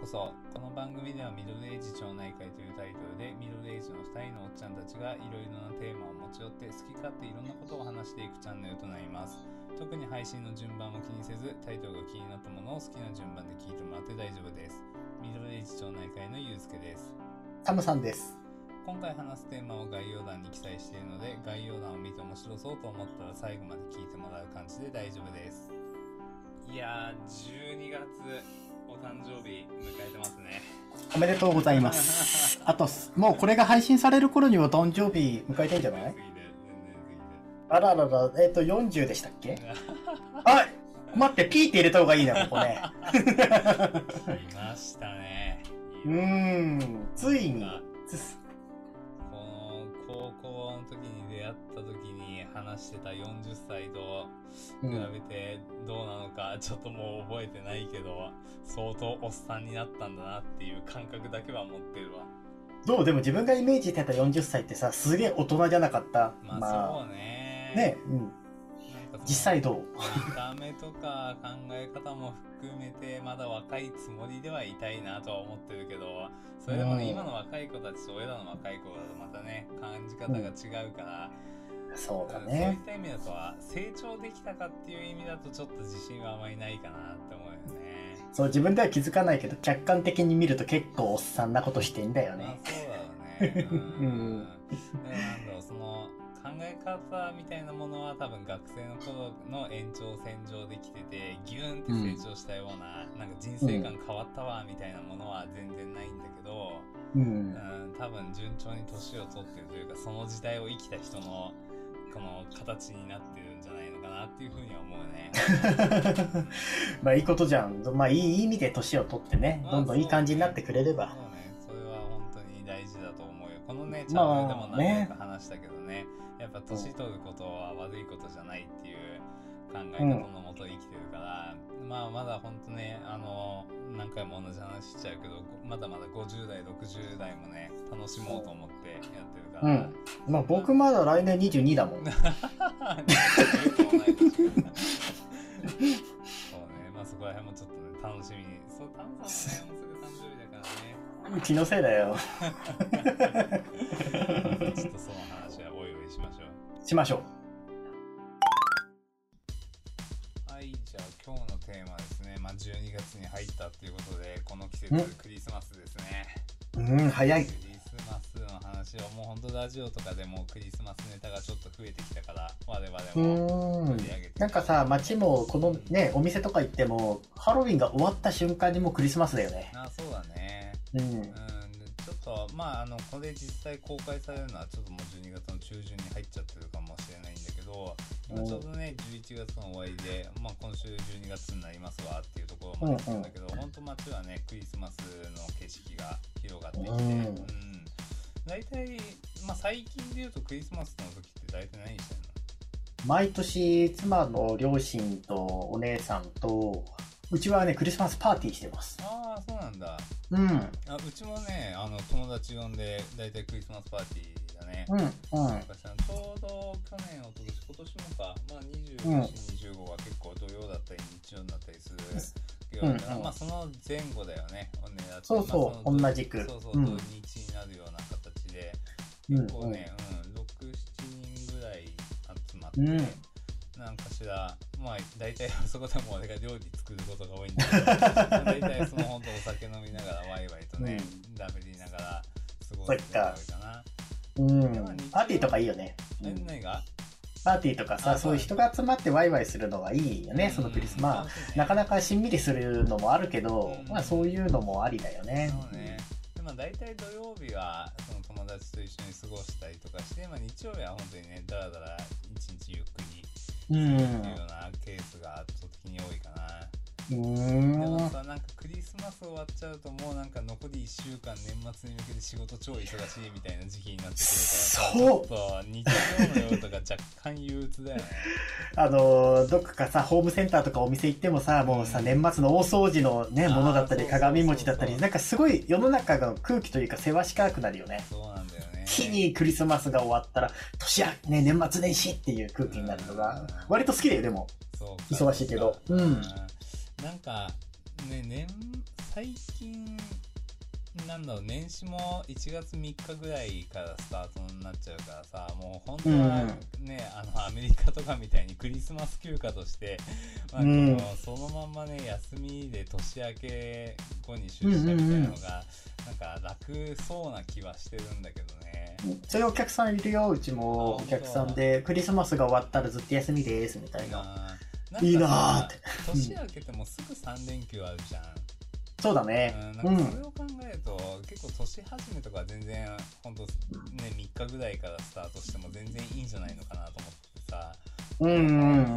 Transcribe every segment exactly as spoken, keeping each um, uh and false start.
こそ。この番組ではミドルエイジ町内会というタイトルでミドルエイジのふたりのおっちゃんたちがいろいろなテーマを持ち寄って好き勝手いろんなことを話していくチャンネルとなります。特に配信の順番を気にせず、タイトルが気になったものを好きな順番で聞いてもらって大丈夫です。ミドルエイジ町内会のゆうすけです。 タムさんです。 今回話すテーマを概要欄に記載しているので、概要欄を見て面白そうと思ったら最後まで聞いてもらう感じで大丈夫です。いやー、じゅうにがつお誕生日迎えてますね。 おめでとうございます。あと、もうこれが配信される頃には誕生日迎えてんじゃない？あららら、えっと、よんじゅうでしたっけ？あ、待って、ピーって入れた方がいいな、ここね。 来ましたね。 うーん、ついに。 この高校の時に出会った時に話してたよんじゅっさいと比べてどうなのかちょっともう覚えてないけど、相当おっさんになったんだなっていう感覚だけは持ってるわ。 どう？でも自分がイメージしてたよんじゅっさいってさ、すげえ大人じゃなかった？ まあ、まあ、そうね。 ね、うん。実際どう？ 見た目とか考え方も含めてまだ若いつもりではいたいなとは思ってるけど、それでもね、うん、今の若い子たちと俺らの若い子だとまたね、感じ方が違うから、 うん、そうだね。 そういった意味だとは成長できたかっていう意味だとちょっと自信はあまりないかなって思うよね。 そう、自分では気づかないけど客観的に見ると結構おっさんなことしてんだよね。 まあ、そうだろうね。うん。うん、でもなんだろう、その考え方みたいなものは多分学生の頃の延長線上で来ててギューンって成長したような、うん、なんか人生観変わったわみたいなものは全然ないんだけど、うん、うん多分順調に年を取ってるというか、その時代を生きた人のこの形になってるんじゃないのかなっていうふうには思うね。 まあいいことじゃん。まあいい意味で年を取ってね、まあ、どんどんいい感じになってくれれば。 そうね、それは本当に大事だと思うよ。このねチャンネルでも何回か話したけどね、まあ、やっぱ年取ることは悪いことじゃないっていう考え方のもと生きてるから、うん、まあまだ本当ね、あの何回も同じ話しちゃうけど、まだまだごじゅう代ろくじゅう代もね楽しもうと思ってやってるから、うん、 まあ僕まだ来年にじゅうにだもん。そうね、 まあそこら辺もちょっとね楽しみに。そう、タムさんもねもうすぐ誕生日だからね。 気のせいだよ。 ちょっとその話はおいおいしましょう。 しましょう。はい、じゃあ今日のテーマですね。まあじゅうにがつに入ったっていうことで、この季節クリスマスですね。 うん、早い。 クリスマスの話をもう本当ラジオとかでもクリスマスネタがちょっと増えてきたから、我々も盛り上げて。 なんかさ、街もこのね、お店とか行ってもハロウィンが終わった瞬間にもうクリスマスだよね。 あ、そうだね。 うん。うん、 ちょっとまああのこれ実際公開されるのはちょっともうじゅうにがつの中旬に入っちゃってるかもしれないんだけど、今ちょうどねじゅういちがつの終わりで、まあ今週じゅうにがつになりますわっていうところまで来るんだけど、うんうん、本当街はねクリスマスの景色が広がってきて、うん、うん、大体まあ最近で言うとクリスマスの時って大体何してんの？ 毎年妻の両親とお姉さんとうちはねクリスマスパーティーしてます。 ああ、そうなんだ。 うん。 あ、うちもね、あの友達呼んでだいたいクリスマスパーティーだね。 うんうん。 ちょうど去年おととし今年もか、まあにじゅうよん、にじゅうごは結構土曜だったり日曜になったりするけど、うんうん、まあその前後だよね。ね、 そうそう、まあ、そ同じく。 そうそう、土日になるような形で、うん、結構ね、うん、ろく、しちにんぐらい集まって。うん、なんかしら、まあ大体そこでも俺が料理作ることが多いんだけど、大体その本当お酒飲みながらワイワイとね、食べりながら過ごすことが多いかな。 うん。パーティーとかいいよね。 え、何が？ パーティーとかさ、そういう人が集まってワイワイするのがいいよね、そのクリスマス。まあ、なかなかしんみりするのもあるけど、まあそういうのもありだよね。 そうね。でも大体土曜日はその友達と一緒に過ごしたりとかして、まあ日曜日は本当にね、だらだら一日ゆっくりっていうようなケースが圧倒的に多いかな。 うーん。 でもさ、なんかクリスマス終わっちゃうともうなんか残りいっしゅうかん年末に向けて仕事超忙しいみたいな時期になってくるから、そうちょっと日常の夜とか若干憂鬱だよね。 あのどっかかさ、ホームセンターとかお店行ってもさ、もうさ、うん、年末の大掃除のねものだったり鏡餅だったり、なんかすごい世の中の空気というかせわしかくなるよね。 そうなんだよね。 気にクリスマスが終わったら年やね年末年始っていう空気になるのが割と好きだよ。でもそう忙しいけど、うん。 なんかね、年最近なんだろう、年始もいちがつみっかぐらいからスタートになっちゃうからさ、もう本当はね、うん、あのアメリカとかみたいにクリスマス休暇として、まあ、このそのまんまね休みで年明け後に出社みたいなのが、なんか楽そうな気はしてるんだけどね。 そういうお客さんいるよ。うちもお客さんでクリスマスが終わったらずっと休みですみたいな。いいなーって。 年明けてもすぐさん連休あるじゃん。 そうだね。 うん、なんかそれを考えると、うん、結構年始めとか全然ほんとねみっかぐらいからスタートしても全然いいんじゃないのかなと思ってさ、 うんうんうん、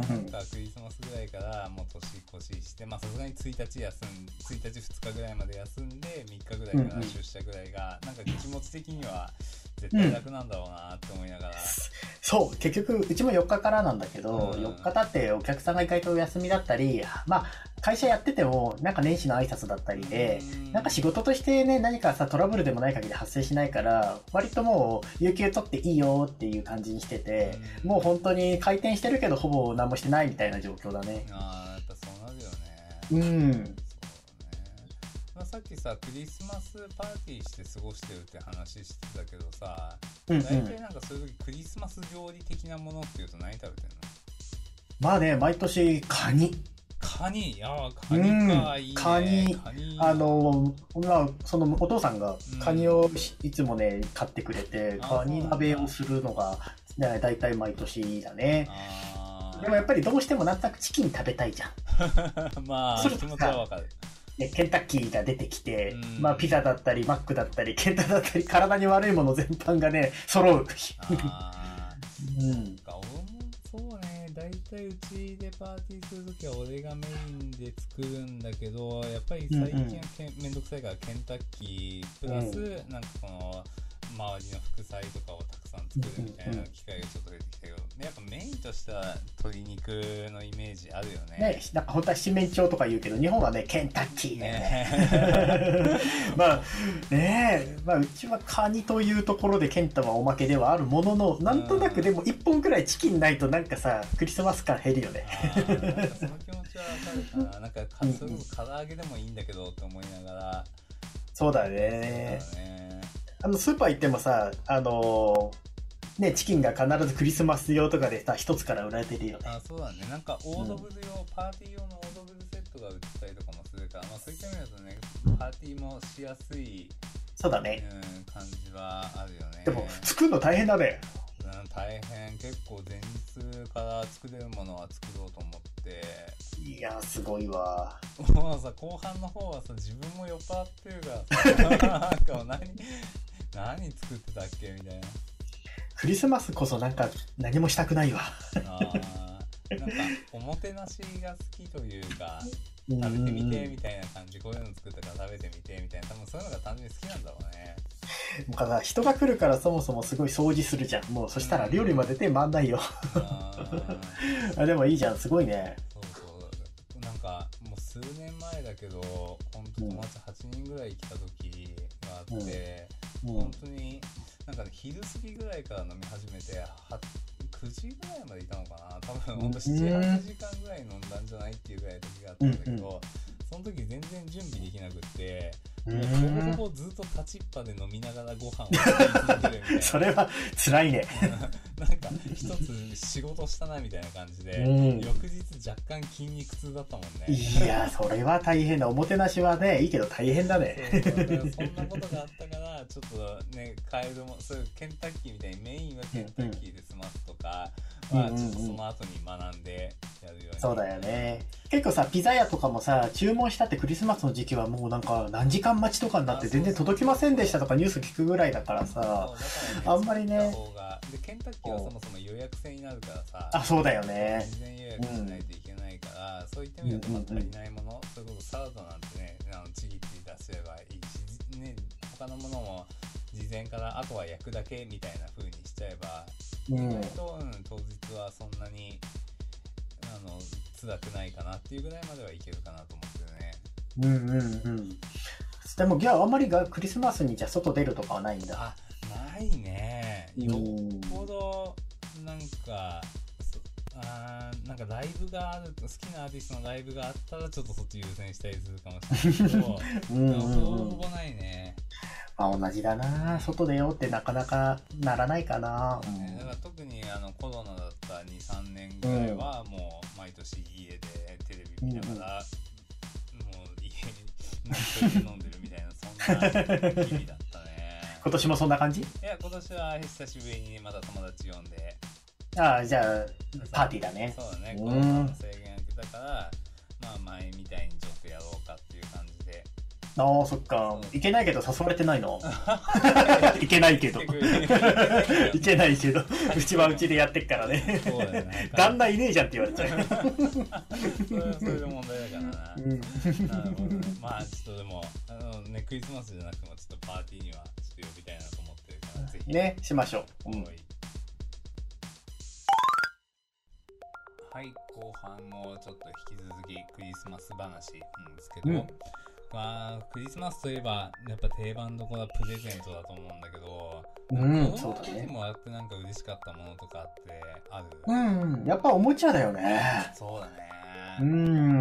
なんかクリスマスぐらいからもう年越しして、まあさすがについたち休んついたちふつかぐらいまで休んでみっかぐらいから出社ぐらいが、うんうん、なんか気持ち的には絶対楽なんだろうなって思いながら、うん、 そう結局うちもよっかからなんだけど、うん、よっか経ってお客さんが意外とお休みだったり、まあ会社やっててもなんか年始の挨拶だったりで、うん、なんか仕事としてね何かさトラブルでもない限り発生しないから割ともう有給取っていいよっていう感じにしてて、うん、もう本当に回転してるけどほぼ何もしてないみたいな状況だね。 ああやっぱそうなるよね。 うんまあ、さっきさクリスマスパーティーして過ごしてるって話してたけどさ、 うんうん、 大体なんかそういう時クリスマス料理的なものっていうと何食べてんの？ まあね毎年カニカニ、いやカニか、いいね。 カニ、カニあの、まあ、そのお父さんがカニをいつもね、買ってくれて、うん、カニ鍋をするのが、ね、だいたい毎年だね。でもやっぱりどうしてもなんとなくチキン食べたいじゃん。 まあ、気持ちはわかる。 ケンタッキーが出てきて、うん、まあピザだったりマックだったりケンタだったり体に悪いもの全般がね揃う。 あうん、そうね、大体うちでパーティーするときは俺がメインで作るんだけど、やっぱり最近はけ、うんうん、めんどくさいからケンタッキープラス、うん、なんかこの周りの副菜とかをたくさん作るみたいな機会がちょっと出てきたけど、うんうん、やっぱメインとしては鶏肉のイメージあるよね。 ね、なんか本当は七面鳥とか言うけど日本はねケンタッキーね。まあねえ、まあうちはカニというところでケンタはおまけではあるものの、なんとなくでも一本くらいチキンないとなんかさクリスマス感減るよね。 あなんかその気持ちはわかるかな。なんかかそれこそ唐揚げでもいいんだけどって思いながら。 そうだね。そうだね。あのスーパー行ってもさ、あのー、ね、チキンが必ずクリスマス用とかでさ一つから売られてるよね。 あ、そうだね。なんかオードブル用、うん、パーティー用のオードブルセットが売ってたりとかもするから、まあそういった意味だとね、パーティーもしやすい、 そうだね、 うん、感じはあるよね。 でも作るの大変だね。 うん、大変。結構前日から作れるものは作ろうと思って。 いやすごいわ。 もうさ後半の方はさ自分も酔っ払ってるからさなんか何何作ってたっけみたいな。 クリスマスこそなんか何もしたくないわ。 あなんかおもてなしが好きというか食べてみてみたいな感じ、こういうの作ったから食べてみてみたいな、多分そういうのが単純に好きなんだろうね。 だから人が来るからそもそもすごい掃除するじゃん。もうそしたら料理まで手回んないよ。あでもいいじゃん、すごいね。 そうそうなんかもう数年前だけど本当友達はちにんぐらい来た時があって、うんうん、本当になんか、ね、昼過ぎぐらいから飲み始めてはくじぐらいまでいたのかな。多分本当ななはちじかんぐらい飲んだんじゃないっていうぐらいの時があったんだけど、うんうん、その時全然準備できなくってほぼほぼずっと立ちっぱで飲みながらご飯を食べ続けるみたいな。 それは辛いね。 なんか一つ仕事したなみたいな感じで、うん、翌日若干筋肉痛だったもんね。 いやそれは大変だ。おもてなしはねいいけど大変だね。 そうそうそんなことがあったからちょっとねカエルもそういうケンタッキーみたいにメインはケンタッキーで済ますとかは、うんうん、ちょっとその後に学んでやるように。 そうだよね。結構さピザ屋とかもさ注文したってクリスマスの時期はもうなんか何時間待ちとかになって全然届きませんでしたとかニュース聞くぐらいだからさ、あんまりね。 でケンタッキーはそもそも予約制になるからさ、 あそうだよね。 事前予約しないといけないから、うん、そういった意味だと足りないもの、それこそサラダなんてねあのちぎって出せればいいし、ね、他のものも事前からあとは焼くだけみたいな風にしちゃえば、うん、意外と、うん、当日はそんなにあの辛くないかなっていうぐらいまではいけるかなと思ってね。うんうんうん。でもじゃああんまりがクリスマスにじゃあ外出るとかはないんだ。 あないね。よっぽどなんかああーなんかライブがあると好きなアーティストのライブがあったらちょっとそっち優先したりするかもしれないけどうんうん、 でもほぼほぼないね。 まあ同じだな、外出ようってなかなかならないかな。 そうね、だから特にあのコロナだったに、さんねんぐらいはもう毎年家でテレビ見ながら、うん、もう家に飲んでるみたいなそんな日々だったね。 今年もそんな感じ？いや今年は久しぶりにまた友達呼んで、 ああじゃあパーティーだね。 そうだね、コロナの制限明けたからまあ前みたいにちょっとやろうかっていう感じで。 ああそっか、いけないけど誘われてないのいけないけどいけないけどうちはうちでやってっからね。そうだよね、旦那いねえじゃんって言われちゃう。 それはそれで問題だからな、うん、なるほどね。まあちょっとでもあの、ね、クリスマスじゃなくてもちょっとパーティーにはちょっと呼びたいなと思ってるからぜひねしましょう、うん、 はい、後半もちょっと引き続きクリスマス話なんですけど、うん、まあクリスマスといえばやっぱ定番どころはプレゼントだと思うんだけど、 うん、そうだね。 もらってなんか嬉しかったものとかってある？ うん、やっぱおもちゃだよね。 そうだね。 うん。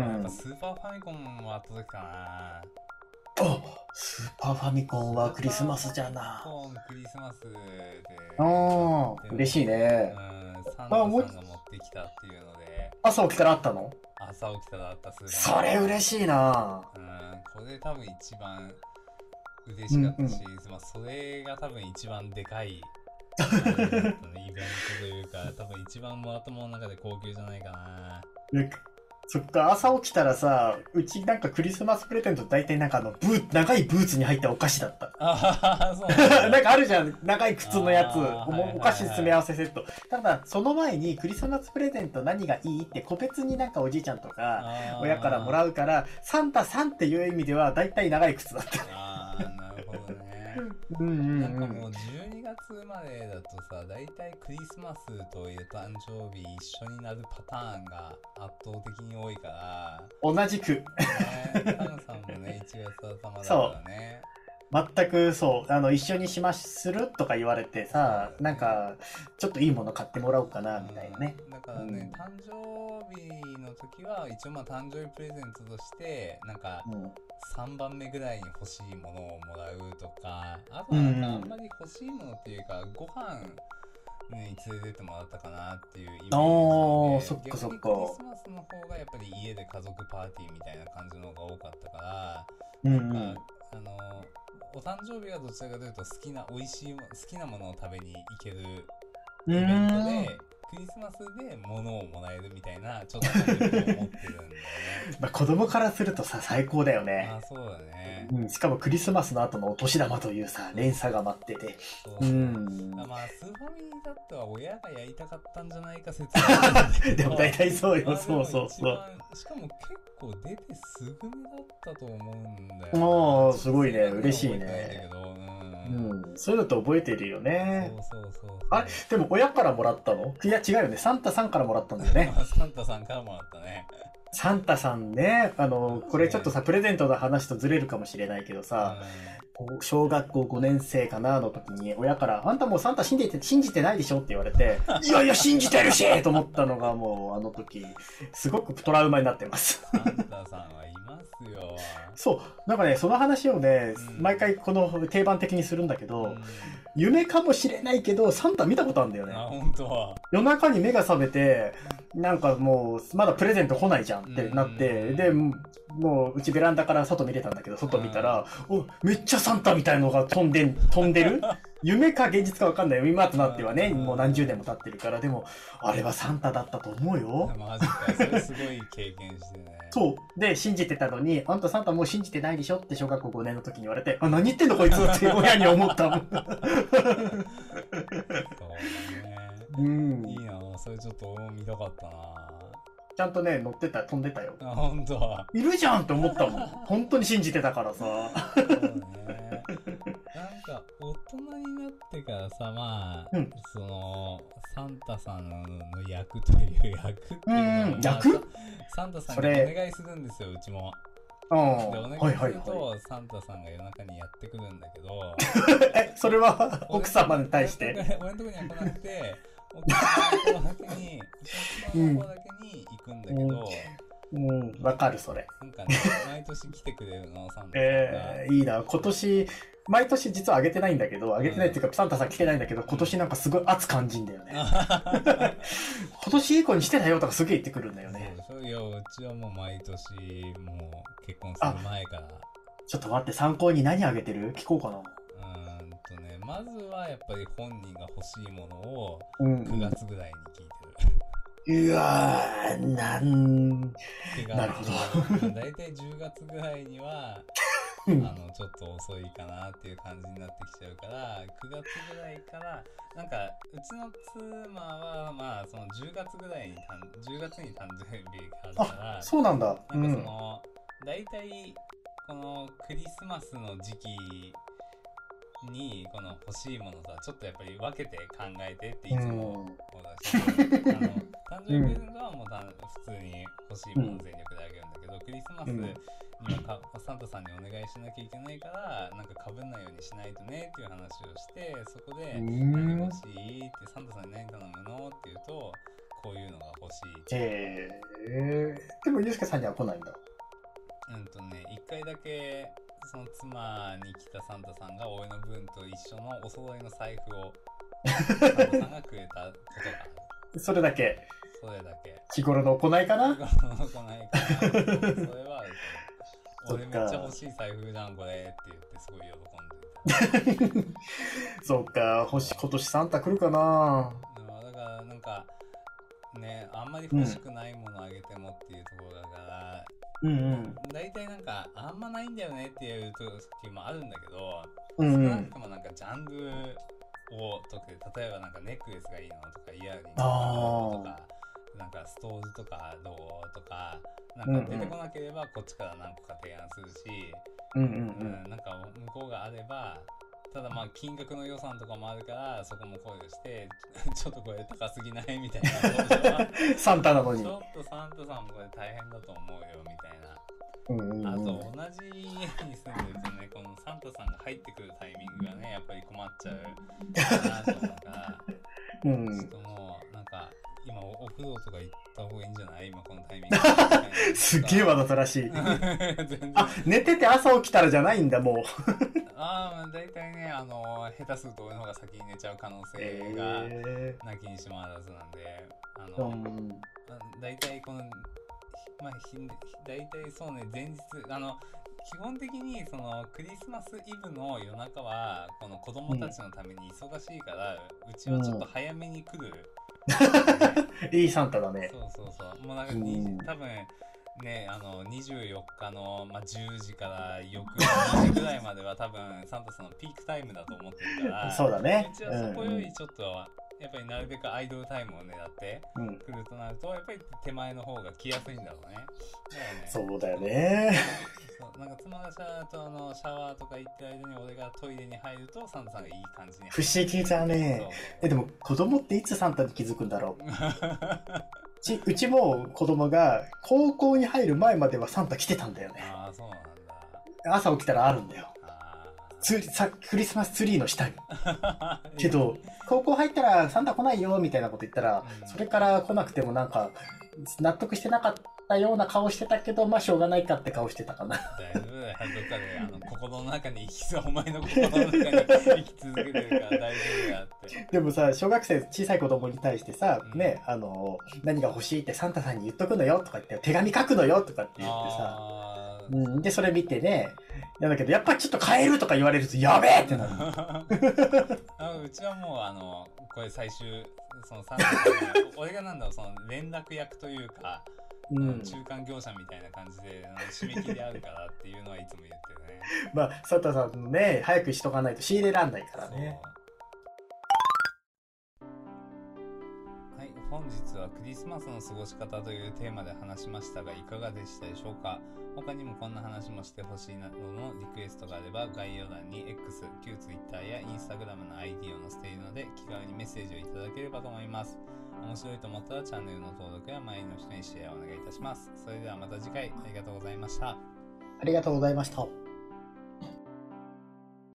やっぱスーパーファミコンもらった時かな。 あ、スーパーファミコンはクリスマスじゃな。 クリスマスで。 ああ、嬉しいね。 うん、サンタさんが持ってきたっていうので。 朝起きたらあったの？ 朝起きたらあったスーパー。 それ嬉しいな。 うん、これ多分一番嬉しかったし、うんうん、まあそれが多分一番でかいイベントというか、多分一番もらったものの中で高級じゃないかな。 そっか、朝起きたらさ、うちなんかクリスマスプレゼント大体なんかあのブー長いブーツに入ったお菓子だった。あそうなんなんかあるじゃん、長い靴のやつ、お菓子詰め合わせセット。ただその前にクリスマスプレゼント何がいいって個別になんかおじいちゃんとか親からもらうから、サンタさんっていう意味では大体長い靴だった。ああ、なるほどね。うんうんうん、 なんかもうじゅうにがつまでだとさ、大体クリスマスという誕生日一緒になるパターンが圧倒的に多いから。 同じく。 ね、タムさんもね、いちがつ頭だからね。 全くそう、あの一緒にしまするとか言われてさ、なんかちょっといいもの買ってもらおうかなみたいなね。 だからね、うん、誕生日の時は一応まあ誕生日プレゼントとしてなんかさんばんめぐらいに欲しいものをもらうとか、あとはなんかあんまり欲しいものっていうか、ご飯に連れてってもらったかなっていうイメージで、 あ、そっかそっか。 クリスマスの方がやっぱり家で家族パーティーみたいな感じの方が多かったから、 うんうん、 なんかあのお誕生日はどちらかというと好きな美味しい好きなものを食べに行けるイベントで、クリスマスで物をもらえるみたいなちょっと感覚を持ってるんだよね。 まあ子供からするとさ最高だよね。 あ、そうだね、 うん、しかもクリスマスの後のお年玉というさ連鎖が待ってて、 そうそう、うん、まあスーファミだったら親がやりたかったんじゃないか説明でも大体そうよ、そうそうそう。 しかも結構出てすぐめだったと思うんだよ、 ね。もうすごいね、嬉しいね。 うん、そういうのって覚えてるよね。 そうそうそうそう。 あれでも親からもらったの？いや違うよね、サンタさんからもらったんだよね。 サンタさんからもらったね。 サンタさんね、あのこれちょっとさプレゼントの話とずれるかもしれないけどさ、小学校ごねん生かなの時に親からあんたもうサンタ信じて信じてないでしょって言われていやいや信じてるしと思ったのがもうあの時すごくトラウマになってます。 サンタさんはいますよ。 そうなんかねその話をね、うん、毎回この定番的にするんだけど、うん、夢かもしれないけどサンタ見たことあるんだよね。 あ、本当は。 夜中に目が覚めてなんかもうまだプレゼント来ないじゃんってなって、うん、でもううちベランダから外見れたんだけど外見たら、うん、おめっちゃサンタみたいのが飛んで飛んでる夢か現実か分かんないよ今となってはね、もう何十年も経ってるから。でもあれはサンタだったと思うよ。 マジか、それすごい経験してね。 そうで信じてたのにあんたサンタもう信じてないでしょって小学校ごねんの時に言われて、あ何言ってんのこいつって親に思ったもん。そうね、うん、 いいな、それちょっと見たかったな。 ちゃんとね乗ってた、飛んでたよ。 あ、本当は。 いるじゃんって思ったもん。本当に信じてたからさ。 そうね。なんか大人になってからさ、まあ、うん、そのサンタさんの役という役っていうのは、 うん、役？ サンタさんにお願いするんですよ、うちも。でお願いすると、はいはいはい、サンタさんが夜中にやってくるんだけどえ、それは奥様に対して俺のとこには来なくて沖縄の方だけに、沖縄の方だけに行くんだけど、 うん、わ、うん、かるそれ。 なんかね、毎年来てくれるの、サンタさんが。 えー、いいな。今年、毎年実はあげてないんだけど、あげてないっていうか、うん、サンタさん来てないんだけど、今年なんかすごい熱感じんだよね。今年以降にしてたよとかすげえ言ってくるんだよね。 そういや、うちはもう毎年、もう結婚する前から。 ちょっと待って、参考に何あげてる？聞こうかな。 うーんとね、まずはやっぱり本人が欲しいものをうんくがつぐらいに聞いてる。 うわー、なん、なるほど。 だいたいじゅうがつぐらいには、あのちょっと遅いかなっていう感じになってきちゃうから、くがつぐらいからなんかうちの妻はまあそのじゅうがつぐらいにじゅうがつに誕生日があるから、 あ、そうなんだ。 なんかその、うん、だいたいこのクリスマスの時期にこの欲しいものとはちょっとやっぱり分けて考えてっていつもおだし、うん、あの誕生日プレゼントはもうた普通に欲しいものを全力であげるんだけど、クリスマスにはかサンタさんにお願いしなきゃいけないからなんか被んないようにしないとねっていう話をして、そこで何欲しいってサンタさんに何頼むのって言うとこういうのが欲しいって。 えー、でもユースケさんには来ないんだ。 うんとね、一回だけその妻に来たサンタさんが俺の分と一緒のお揃いの財布をサンタさんがくれたことがある。 それだけ。 それだけ。 日頃の行いかな。 日頃の行いかな。それはあるけど、俺めっちゃ欲しい財布じゃんこれって言ってすごい喜んでた。 そうか、欲し今年サンタ来るかな。 だからなんかね、あんまり欲しくないものあげてもっていうところだから。 うんうん、 大体なんかあんまないんだよねっていう時もあるんだけど、 うんうん、 少なくともなんかジャンルを解く、例えばなんかネックレスがいいのとかイヤリングとかなんかストールとかどうとかなんか出てこなければこっちから何個か提案するし、 うんうんうんうん、なんか向こうがあれば、ただまあ金額の予算とかもあるからそこも考慮してちょっとこれ高すぎないみたいなサンタなのにちょっとサンタさんもこれ大変だと思うよみたいな。 うんうんうん、 あと同じ家に住んでるとね、このサンタさんが入ってくるタイミングがねやっぱり困っちゃうなと思うから、うん、ちょっともうなんか今お風呂とか行った方がいいんじゃない今このタイミングすっげえわざとらしいあ、寝てて朝起きたらじゃないんだもうああ、だいたいね、あの下手すると俺の方が先に寝ちゃう可能性がなきにしもあらずなんで、あの、うん、だいたいこのまあ、だいたいそうね、前日、あの基本的にそのクリスマスイブの夜中はこの子供たちのために忙しいから、うん、うちはちょっと早めに来る、 うん、いいサンタだね。 そうそうそう、もうなんか、うん、多分ね、あのにじゅうよっかの、まあ、じゅうじから翌にじぐらいまでは多分サンタさんのピークタイムだと思ってるからそうだね、 うちはそこよりちょっと、うん、やっぱりなるべくアイドルタイムを狙ってくるとなると、うん、やっぱり手前の方が来やすいんだろうね。だよね、 そうだよね。 そうなんか妻がシャワーとあのシャワーとか行ってる間に俺がトイレに入るとサンタさんがいい感じに。 不思議だね。えでも子供っていつサンタに気づくんだろう。ちうちも子供が高校に入る前まではサンタ来てたんだよね。 ああ、そうなんだ。 朝起きたらあるんだよ。ツさクリスマスツリーの下にけど高校入ったらサンタ来ないよみたいなこと言ったら、うん、それから来なくてもなんか納得してなかったような顔してたけど、まあしょうがないかって顔してたかな。 大丈夫だよ、どっかであの心の中に生きお前の心の中に生き続けてるから大丈夫だって。でもさ、小学生小さい子供に対してさ、うん、ね、あの何が欲しいってサンタさんに言っとくのよとか言って手紙書くのよとかって言ってさ、うん、でそれ見てね、なんだけどやっぱりちょっと変えるとか言われるとやべえってなる。 あうちはもうあのこれ最終そのサンタさんが俺がなんだろうその連絡役というか、うん、中間業者みたいな感じで締め切りあるからっていうのはいつも言ってるね。 まあサンタさんのね早くしとかないと仕入れらんないからね。 本日はクリスマスの過ごし方というテーマで話しましたがいかがでしたでしょうか。他にもこんな話もしてほしいなどのリクエストがあれば概要欄に X、旧 Twitter や Instagram の アイディー を載せているので気軽にメッセージをいただければと思います。面白いと思ったらチャンネルの登録や周りの人にシェアをお願いいたします。それではまた次回ありがとうございました。 ありがとうございました。